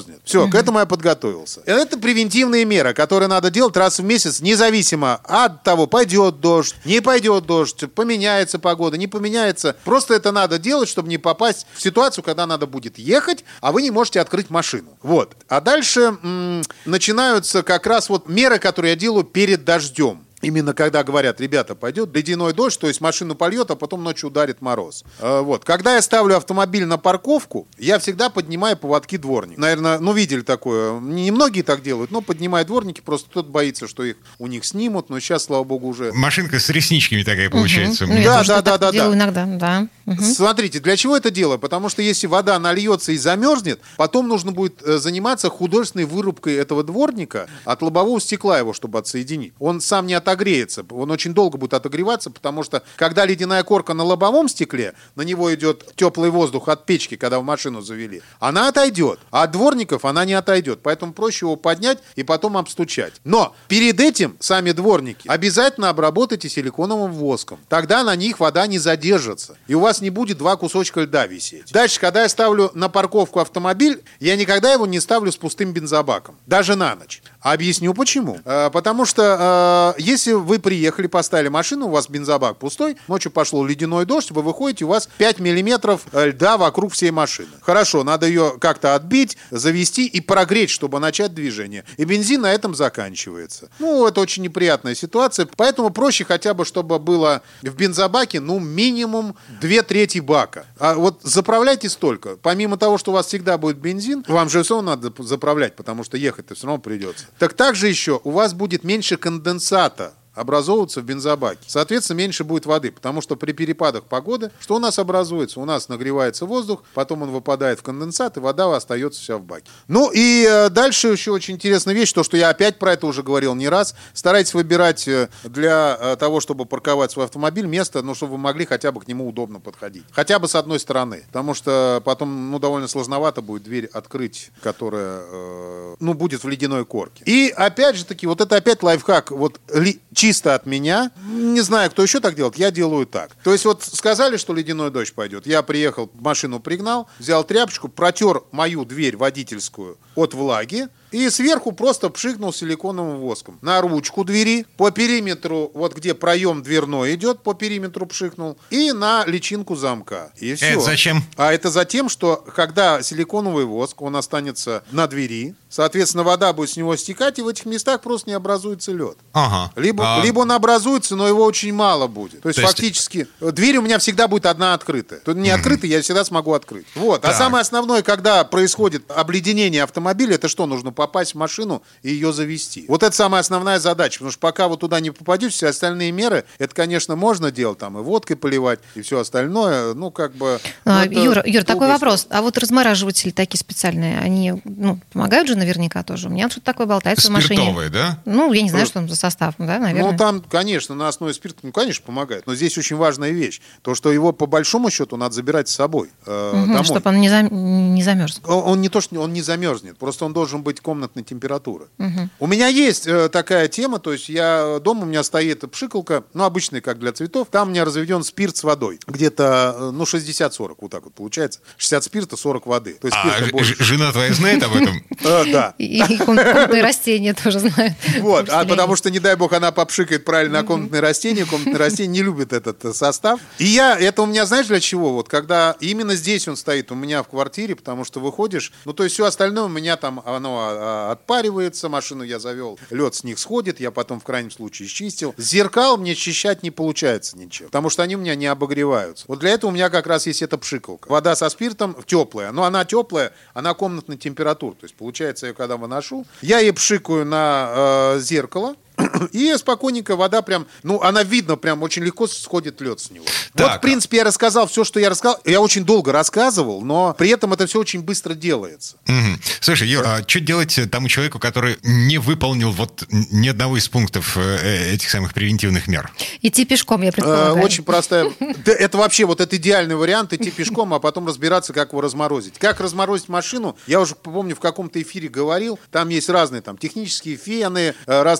замерзнет. Все, mm-hmm. к этому я подготовился. Это превентивные меры, которые надо делать раз в месяц, независимо от того, пойдет дождь, не пойдет дождь, поменяется погода, не поменяется. Просто это надо делать, чтобы не попасть в ситуацию, когда надо будет ехать, а вы не можете открыть машину. Вот. А дальше м- начинаются как раз вот меры, которые я делаю перед дождем. Именно когда говорят, ребята, пойдет ледяной дождь, то есть машину польет, а потом ночью ударит мороз. А, вот. Когда я ставлю автомобиль на парковку, я всегда поднимаю поводки дворника. Наверное, ну видели такое. Не многие так делают, но поднимают дворники, просто кто-то боится, что их у них снимут, но сейчас, слава богу, уже... Машинка с ресничками такая получается. Угу. Да, да, да, да, делаю да. иногда, да. Угу. Смотрите, для чего это делаю? Потому что если вода нальется и замерзнет, потом нужно будет заниматься художественной вырубкой этого дворника от лобового стекла его, чтобы отсоединить. Он сам не отогреется, он очень долго будет отогреваться, потому что когда ледяная корка на лобовом стекле, на него идет теплый воздух от печки, когда в машину завели, она отойдет, а от дворников она не отойдет, поэтому проще его поднять и потом обстучать. Но перед этим сами дворники обязательно обработайте силиконовым воском, тогда на них вода не задержится, и у вас не будет два кусочка льда висеть. Дальше, когда я ставлю на парковку автомобиль, я никогда его не ставлю с пустым бензобаком, даже на ночь. Объясню почему. Э, потому что э, если вы приехали, поставили машину, у вас бензобак пустой, ночью пошло ледяной дождь, вы выходите, у вас пять миллиметров льда вокруг всей машины. Хорошо, надо ее как-то отбить, завести и прогреть, чтобы начать движение. И бензин на этом заканчивается. Ну, это очень неприятная ситуация, поэтому проще хотя бы, чтобы было в бензобаке, ну, минимум две трети бака. А вот заправляйте столько. Помимо того, что у вас всегда будет бензин, вам же все равно надо заправлять, потому что ехать-то все равно придется. Так также еще у вас будет меньше конденсата образовываться в бензобаке. Соответственно, меньше будет воды, потому что при перепадах погоды, что у нас образуется? У нас нагревается воздух, потом он выпадает в конденсат, и вода остается вся в баке. Ну и э, дальше еще очень интересная вещь, то, что я опять про это уже говорил не раз. Старайтесь выбирать для э, того, чтобы парковать свой автомобиль, место, ну, чтобы вы могли хотя бы к нему удобно подходить. Хотя бы с одной стороны, потому что потом, ну, довольно сложновато будет дверь открыть, которая, э, ну, будет в ледяной корке. И опять же таки, вот это опять лайфхак, вот ли, чисто от меня. Не знаю, кто еще так делает, я делаю так. То есть вот сказали, что ледяной дождь пойдет. Я приехал, машину пригнал, взял тряпочку, протер мою дверь водительскую от влаги и сверху просто пшикнул силиконовым воском. На ручку двери, по периметру, вот где проем дверной идет, по периметру пшикнул, и на личинку замка. И все. Это зачем? А это за тем, что когда силиконовый воск, он останется на двери, соответственно, вода будет с него стекать, и в этих местах просто не образуется лед. Ага. Либо, а... либо он образуется, но его очень мало будет. То есть, То есть фактически дверь у меня всегда будет одна открытая. Тут не mm-hmm. открытая, я всегда смогу открыть. Вот. А самое основное, когда происходит обледенение автомобиля, это что? Нужно попасть в машину и ее завести. Вот это самая основная задача, потому что пока вы туда не попадете, все остальные меры, это, конечно, можно делать, там и водкой поливать, и все остальное, ну, как бы... А, ну, Юра, Юр, такой вопрос. А вот размораживатели такие специальные, они, ну, помогают же наверняка тоже? У меня что-то такое болтается в машине. Спиртовые, да? Ну, я не знаю, что там за состав, да, наверное. Ну, там, конечно, на основе спирта, ну, конечно, помогает. Но здесь очень важная вещь. То, что его, по большому счету, надо забирать с собой э, угу, домой. Чтобы он не, зам... не замерз. Он, он не то, что он не замерзнет, просто он должен быть комнатной температуры. Угу. У меня есть э, такая тема, то есть я дома, у меня стоит пшикалка, ну, обычная, как для цветов, там у меня разведен спирт с водой. Где-то, ну, шестьдесят-сорок, вот так вот получается. шестьдесят спирта, сорок воды. То есть а ж- жена твоя знает об этом? Да. И комнатные растения тоже знают. Вот, а потому что, не дай бог, она попшикает правильно на комнатные растения, комнатные растения не любят этот состав. И я, это у меня, знаешь, для чего? Вот когда именно здесь он стоит у меня в квартире, потому что выходишь, ну, то есть все остальное у меня там, оно отпаривается, машину я завел, лед с них сходит, я потом в крайнем случае счистил. Зеркал мне счищать не получается ничего, потому что они у меня не обогреваются. Вот для этого у меня как раз есть эта пшикалка. Вода со спиртом теплая, но она теплая, она комнатной температуры. То есть, получается, я когда выношу, я ей пшикаю на э, зеркало, и спокойненько вода прям, ну, она видно, прям очень легко сходит лед с него. Так. Вот, в принципе, я рассказал все, что я рассказал. Я очень долго рассказывал, но при этом это все очень быстро делается. Угу. Слушай, Юр, а что делать тому человеку, который не выполнил вот ни одного из пунктов этих самых превентивных мер? Идти пешком, я предполагаю. Очень простая. Это вообще вот это идеальный вариант, идти пешком, а потом разбираться, как его разморозить. Как разморозить машину, я уже помню, в каком-то эфире говорил, там есть разные там технические фены, разные пушки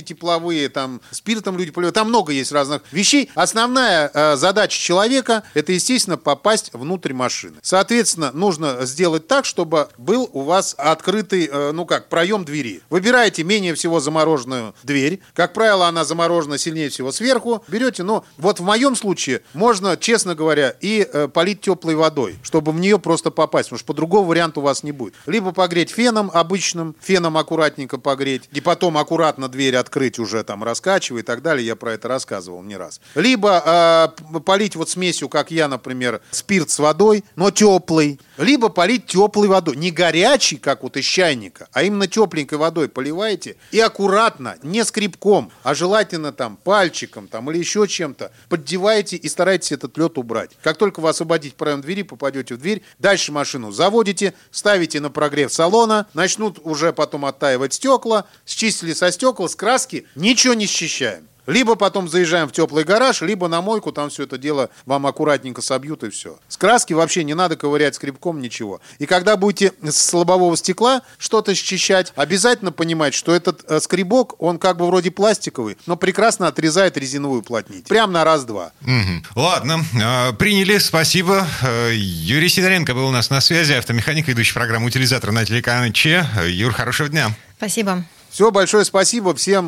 тепловые, там, спиртом люди поливают. Там много есть разных вещей. Основная э, задача человека – это, естественно, попасть внутрь машины. Соответственно, нужно сделать так, чтобы был у вас открытый, э, ну как, проем двери. Выбираете менее всего замороженную дверь. Как правило, она заморожена сильнее всего сверху. Берете, ну, вот в моем случае можно, честно говоря, и э, полить теплой водой, чтобы в нее просто попасть, потому что по-другому варианта у вас не будет. Либо погреть феном обычным, феном аккуратненько погреть, и потом аккуратно дверь открыть уже там раскачивая и так далее. Я про это рассказывал не раз. Либо э, полить вот смесью, как я, например, спирт с водой, но теплый. Либо полить теплой водой. Не горячей, как вот из чайника, а именно тепленькой водой поливаете. И аккуратно, не скребком, а желательно там пальчиком там, или еще чем-то поддеваете и старайтесь этот лед убрать. Как только вы освободите проем двери, попадете в дверь, дальше машину заводите, ставите на прогрев салона, начнут уже потом оттаивать стекла, счистили со стекол, с краски, ничего не счищаем. Либо потом заезжаем в теплый гараж, либо на мойку, там все это дело вам аккуратненько собьют и все. С краски вообще не надо ковырять скребком, ничего. И когда будете с лобового стекла что-то счищать, обязательно понимать, что этот э, скребок, он как бы вроде пластиковый, но прекрасно отрезает резиновую уплотнитель. Прям на раз-два. Угу. Ладно, э, приняли, спасибо. Э, Юрий Сидоренко был у нас на связи, автомеханик, ведущий программу «Утилизатор» на телеканале Че. Юр, хорошего дня. Спасибо. Все, большое спасибо. Всем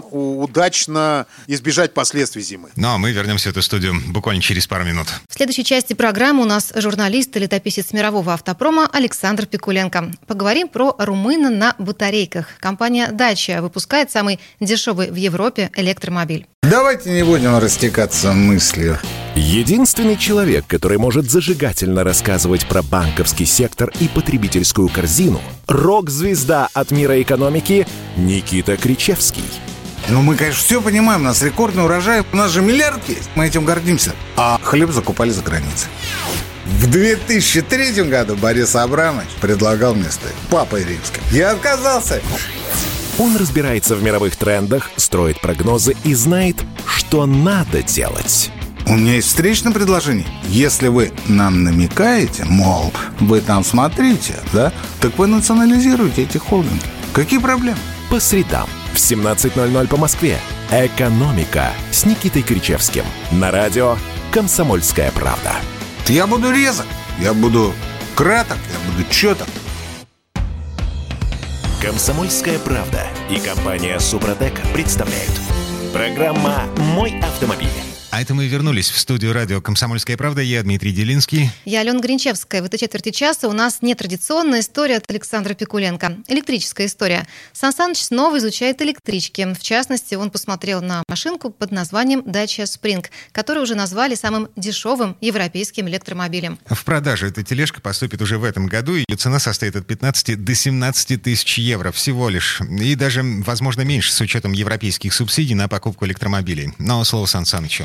удачно избежать последствий зимы. Ну, а мы вернемся в эту студию буквально через пару минут. В следующей части программы у нас журналист и летописец мирового автопрома Александр Пикуленко. Поговорим про румына на батарейках. Компания Dacia выпускает самый дешевый в Европе электромобиль. Давайте не будем растекаться мыслью. Единственный человек, который может зажигательно рассказывать про банковский сектор и потребительскую корзину, рок-звезда от мира экономики Никита Кричевский. Ну, мы, конечно, все понимаем, у нас рекордный урожай, у нас же миллиард есть, мы этим гордимся. А хлеб закупали за границей. В две тысячи третьем году Борис Абрамович предлагал мне стать папой римским. Я отказался. Он разбирается в мировых трендах, строит прогнозы и знает, что надо делать. У меня есть встречное предложение. Если вы нам намекаете, мол, вы там смотрите, да, так вы национализируете эти холдинги. Какие проблемы? По средам в семнадцать ноль ноль по Москве. «Экономика» с Никитой Кричевским. На радио «Комсомольская правда». Я буду резок, я буду краток, я буду чёток. «Комсомольская правда» и компания «Супротек» представляют. Программа «Мой автомобиль». А это мы вернулись в студию радио «Комсомольская правда». Я Дмитрий Делинский. Я Алена Гринчевская. В этой четверти часа у нас нетрадиционная история от Александра Пикуленко. Электрическая история. Сан Саныч снова изучает электрички. В частности, он посмотрел на машинку под названием Dacia Spring, которую уже назвали самым дешевым европейским электромобилем. В продажу эта тележка поступит уже в этом году. Ее цена состоит от пятнадцати до семнадцати тысяч евро всего лишь. И даже, возможно, меньше с учетом европейских субсидий на покупку электромобилей. Но слово Сан Санычу.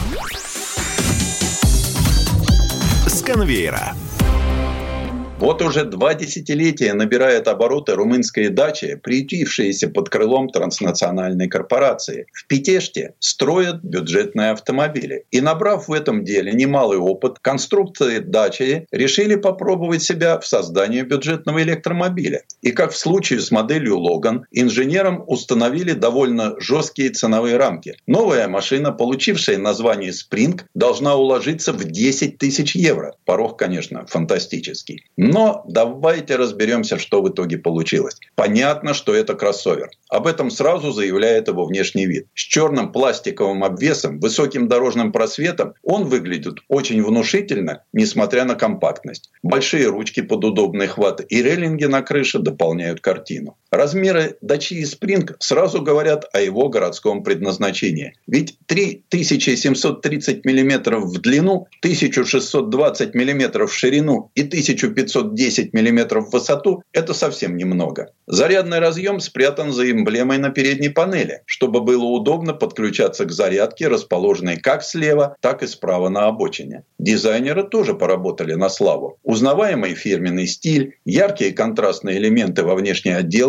С конвейера. Вот уже два десятилетия набирает обороты румынская дача, приютившаяся под крылом транснациональной корпорации. В Петеште строят бюджетные автомобили. И набрав в этом деле немалый опыт, конструкторы дачи решили попробовать себя в создании бюджетного электромобиля. И как в случае с моделью Logan, инженерам установили довольно жесткие ценовые рамки. Новая машина, получившая название Spring, должна уложиться в десять тысяч евро. Порог, конечно, фантастический. Но давайте разберемся, что в итоге получилось. Понятно, что это кроссовер. Об этом сразу заявляет его внешний вид. С черным пластиковым обвесом, высоким дорожным просветом он выглядит очень внушительно, несмотря на компактность. Большие ручки под удобный хват и рейлинги на крыше дополняют картину. Размеры Dacia Spring сразу говорят о его городском предназначении. Ведь три тысячи семьсот тридцать миллиметров в длину, тысяча шестьсот двадцать миллиметров в ширину и тысяча пятьсот десять миллиметров в высоту – это совсем немного. Зарядный разъем спрятан за эмблемой на передней панели, чтобы было удобно подключаться к зарядке, расположенной как слева, так и справа на обочине. Дизайнеры тоже поработали на славу. Узнаваемый фирменный стиль, яркие контрастные элементы во внешней отделке,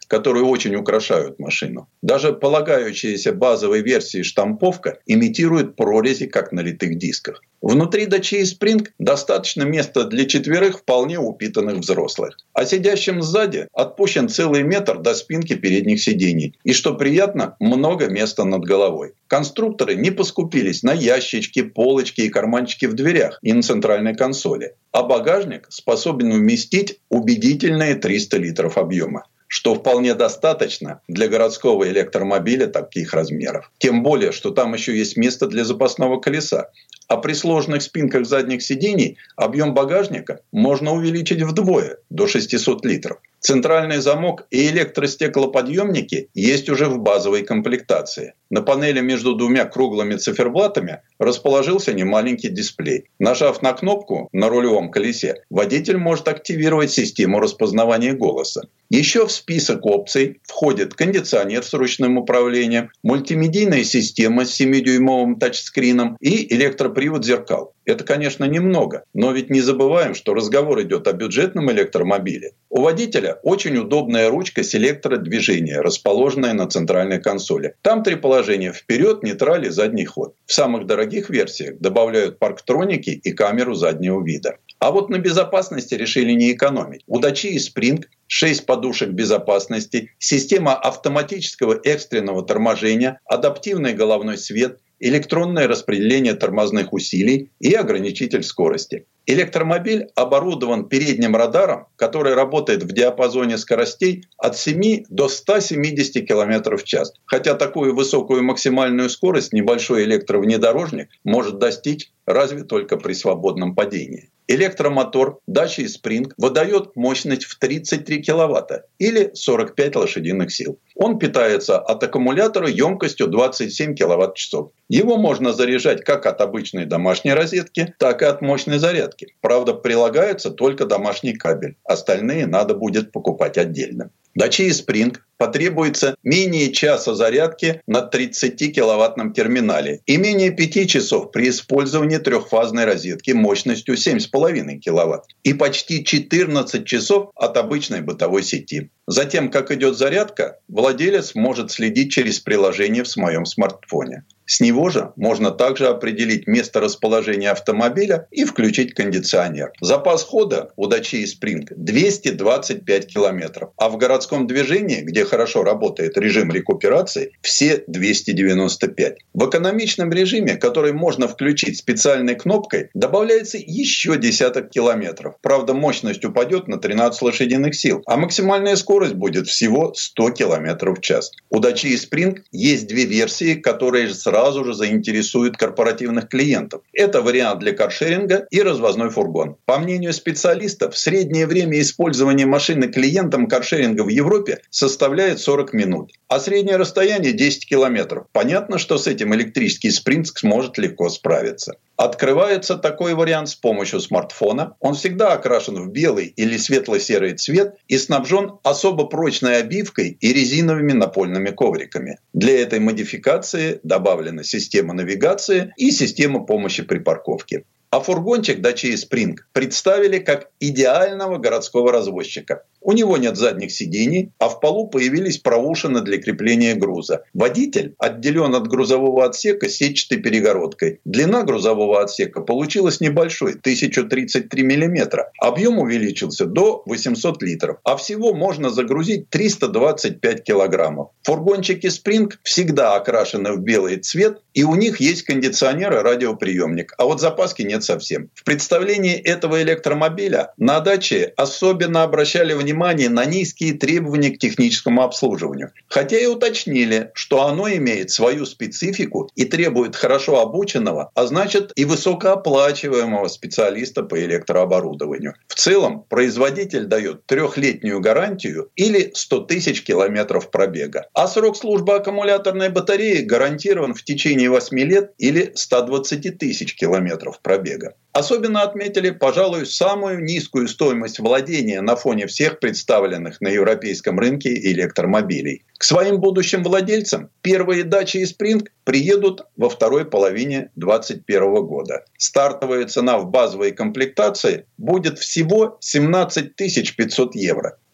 которые очень украшают машину. Даже полагающаяся базовой версии штамповка имитирует прорези, как на литых дисках. Внутри Dacia Spring достаточно места для четверых вполне упитанных взрослых. А сидящим сзади отпущен целый метр до спинки передних сидений. И, что приятно, много места над головой. Конструкторы не поскупились на ящички, полочки и карманчики в дверях и на центральной консоли. А багажник способен вместить убедительные триста литров объема, что вполне достаточно для городского электромобиля таких размеров. Тем более, что там еще есть место для запасного колеса. А при сложных спинках задних сидений объем багажника можно увеличить вдвое, до шестисот литров. Центральный замок и электростеклоподъемники есть уже в базовой комплектации. На панели между двумя круглыми циферблатами расположился немаленький дисплей. Нажав на кнопку на рулевом колесе, водитель может активировать систему распознавания голоса. Еще в список опций входит кондиционер с ручным управлением, мультимедийная система с семидюймовым тачскрином и электропривод зеркал. Это, конечно, немного, но ведь не забываем, что разговор идет о бюджетном электромобиле. У водителя очень удобная ручка селектора движения, расположенная на центральной консоли. Там три положения: вперед, нейтраль и задний ход. В самых дорогих версиях добавляют парктроники и камеру заднего вида. А вот на безопасности решили не экономить. У Dacia Spring шесть подушек безопасности, система автоматического экстренного торможения, адаптивный головной свет, электронное распределение тормозных усилий и ограничитель скорости. Электромобиль оборудован передним радаром, который работает в диапазоне скоростей от семи до ста семидесяти километров в час. Хотя такую высокую максимальную скорость небольшой электровнедорожник может достичь разве только при свободном падении. Электромотор Dacia Spring выдает мощность в тридцать три киловатта или сорок пять лошадиных сил. Он питается от аккумулятора емкостью двадцать семь киловатт-часов. Его можно заряжать как от обычной домашней розетки, так и от мощной зарядки. Правда, прилагается только домашний кабель. Остальные надо будет покупать отдельно. Dacia Spring потребуется менее часа зарядки на тридцатикиловаттном терминале и менее пяти часов при использовании трехфазной розетки мощностью семь с половиной киловатт и почти четырнадцать часов от обычной бытовой сети. Затем, как идет зарядка, владелец может следить через приложение в своем смартфоне. С него же можно также определить место расположения автомобиля и включить кондиционер. Запас хода у Dacia Spring двести двадцать пять километров, а в городском движении, где хорошо работает режим рекуперации, все двести девяносто пять. В экономичном режиме, который можно включить специальной кнопкой, добавляется еще десяток километров. Правда, мощность упадет на тринадцать лошадиных сил, а максимальная скорость будет всего сто километров в час. У Dacia Spring есть две версии, которые сразу же заинтересуют корпоративных клиентов. Это вариант для каршеринга и развозной фургон. По мнению специалистов, среднее время использования машины клиентом каршеринга в Европе составляет сорок минут, а среднее расстояние десять километров. Понятно, что с этим электрический Spring сможет легко справиться. Открывается такой вариант с помощью смартфона. Он всегда окрашен в белый или светло-серый цвет и снабжен особо прочной обивкой и резиновыми напольными ковриками. Для этой модификации добавлена система навигации и система помощи при парковке. А фургончик Dacia Spring представили как идеального городского развозчика. У него нет задних сидений, а в полу появились проушины для крепления груза. Водитель отделен от грузового отсека сетчатой перегородкой. Длина грузового отсека получилась небольшой – тысяча тридцать три миллиметра. Объем увеличился до восьмисот литров. А всего можно загрузить триста двадцать пять килограммов. Фургончики Spring всегда окрашены в белый цвет, и у них есть кондиционер и радиоприемник. А вот запаски нет совсем. В представлении этого электромобиля на Dacia особенно обращали внимание на низкие требования к техническому обслуживанию. Хотя и уточнили, что оно имеет свою специфику и требует хорошо обученного, а значит и высокооплачиваемого специалиста по электрооборудованию. В целом, производитель дает трехлетнюю гарантию или сто тысяч километров пробега. А срок службы аккумуляторной батареи гарантирован в течение восьми лет или ста двадцати тысяч километров пробега. Особенно отметили, пожалуй, самую низкую стоимость владения на фоне всех представленных на европейском рынке электромобилей. К своим будущим владельцам первые Dacia Spring приедут во второй половине две тысячи двадцать первого года. Стартовая цена в базовой комплектации будет всего семнадцать тысяч пятьсот евро.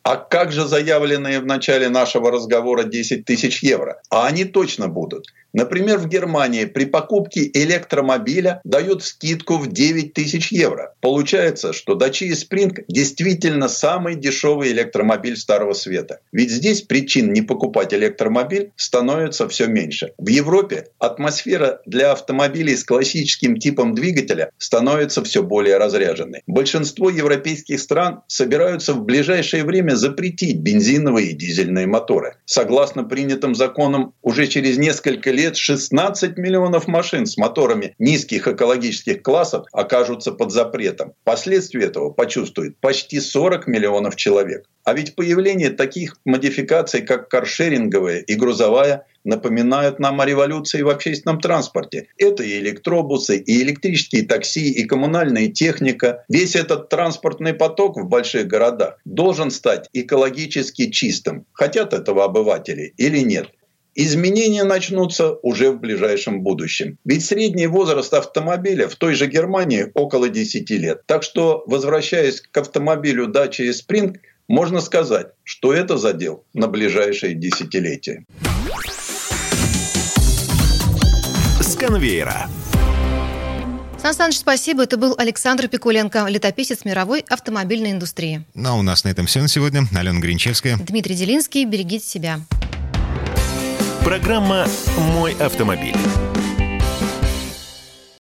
А как же заявленные в начале нашего разговора десять тысяч евро? А они точно будут. Например, в Германии при покупке электромобиля дают скидку в девять тысяч евро. Получается, что Dacia Spring действительно самый дешевый электромобиль Старого Света. Ведь здесь причин не покупать электромобиль становится все меньше. В Европе атмосфера для автомобилей с классическим типом двигателя становится все более разряженной. Большинство европейских стран собираются в ближайшее время запретить бензиновые и дизельные моторы. Согласно принятым законам, уже через несколько лет шестнадцать миллионов машин с моторами низких экологических классов окажутся под запретом. Последствия этого почувствуют почти сорок миллионов человек. А ведь появление таких модификаций, как каршеринговая и грузовая, напоминают нам о революции в общественном транспорте. Это и электробусы, и электрические такси, и коммунальная техника. Весь этот транспортный поток в больших городах должен стать экологически чистым. Хотят этого обыватели или нет? Изменения начнутся уже в ближайшем будущем. Ведь средний возраст автомобиля в той же Германии около десяти лет. Так что, возвращаясь к автомобилю Dacia Spring, можно сказать, что это задел на ближайшие десятилетия. С конвейера. Сан Саныч, спасибо. Это был Александр Пикуленко, летописец мировой автомобильной индустрии. Ну а у нас на этом все на сегодня. Алена Гринчевская. Дмитрий Делинский. Берегите себя. Программа «Мой автомобиль».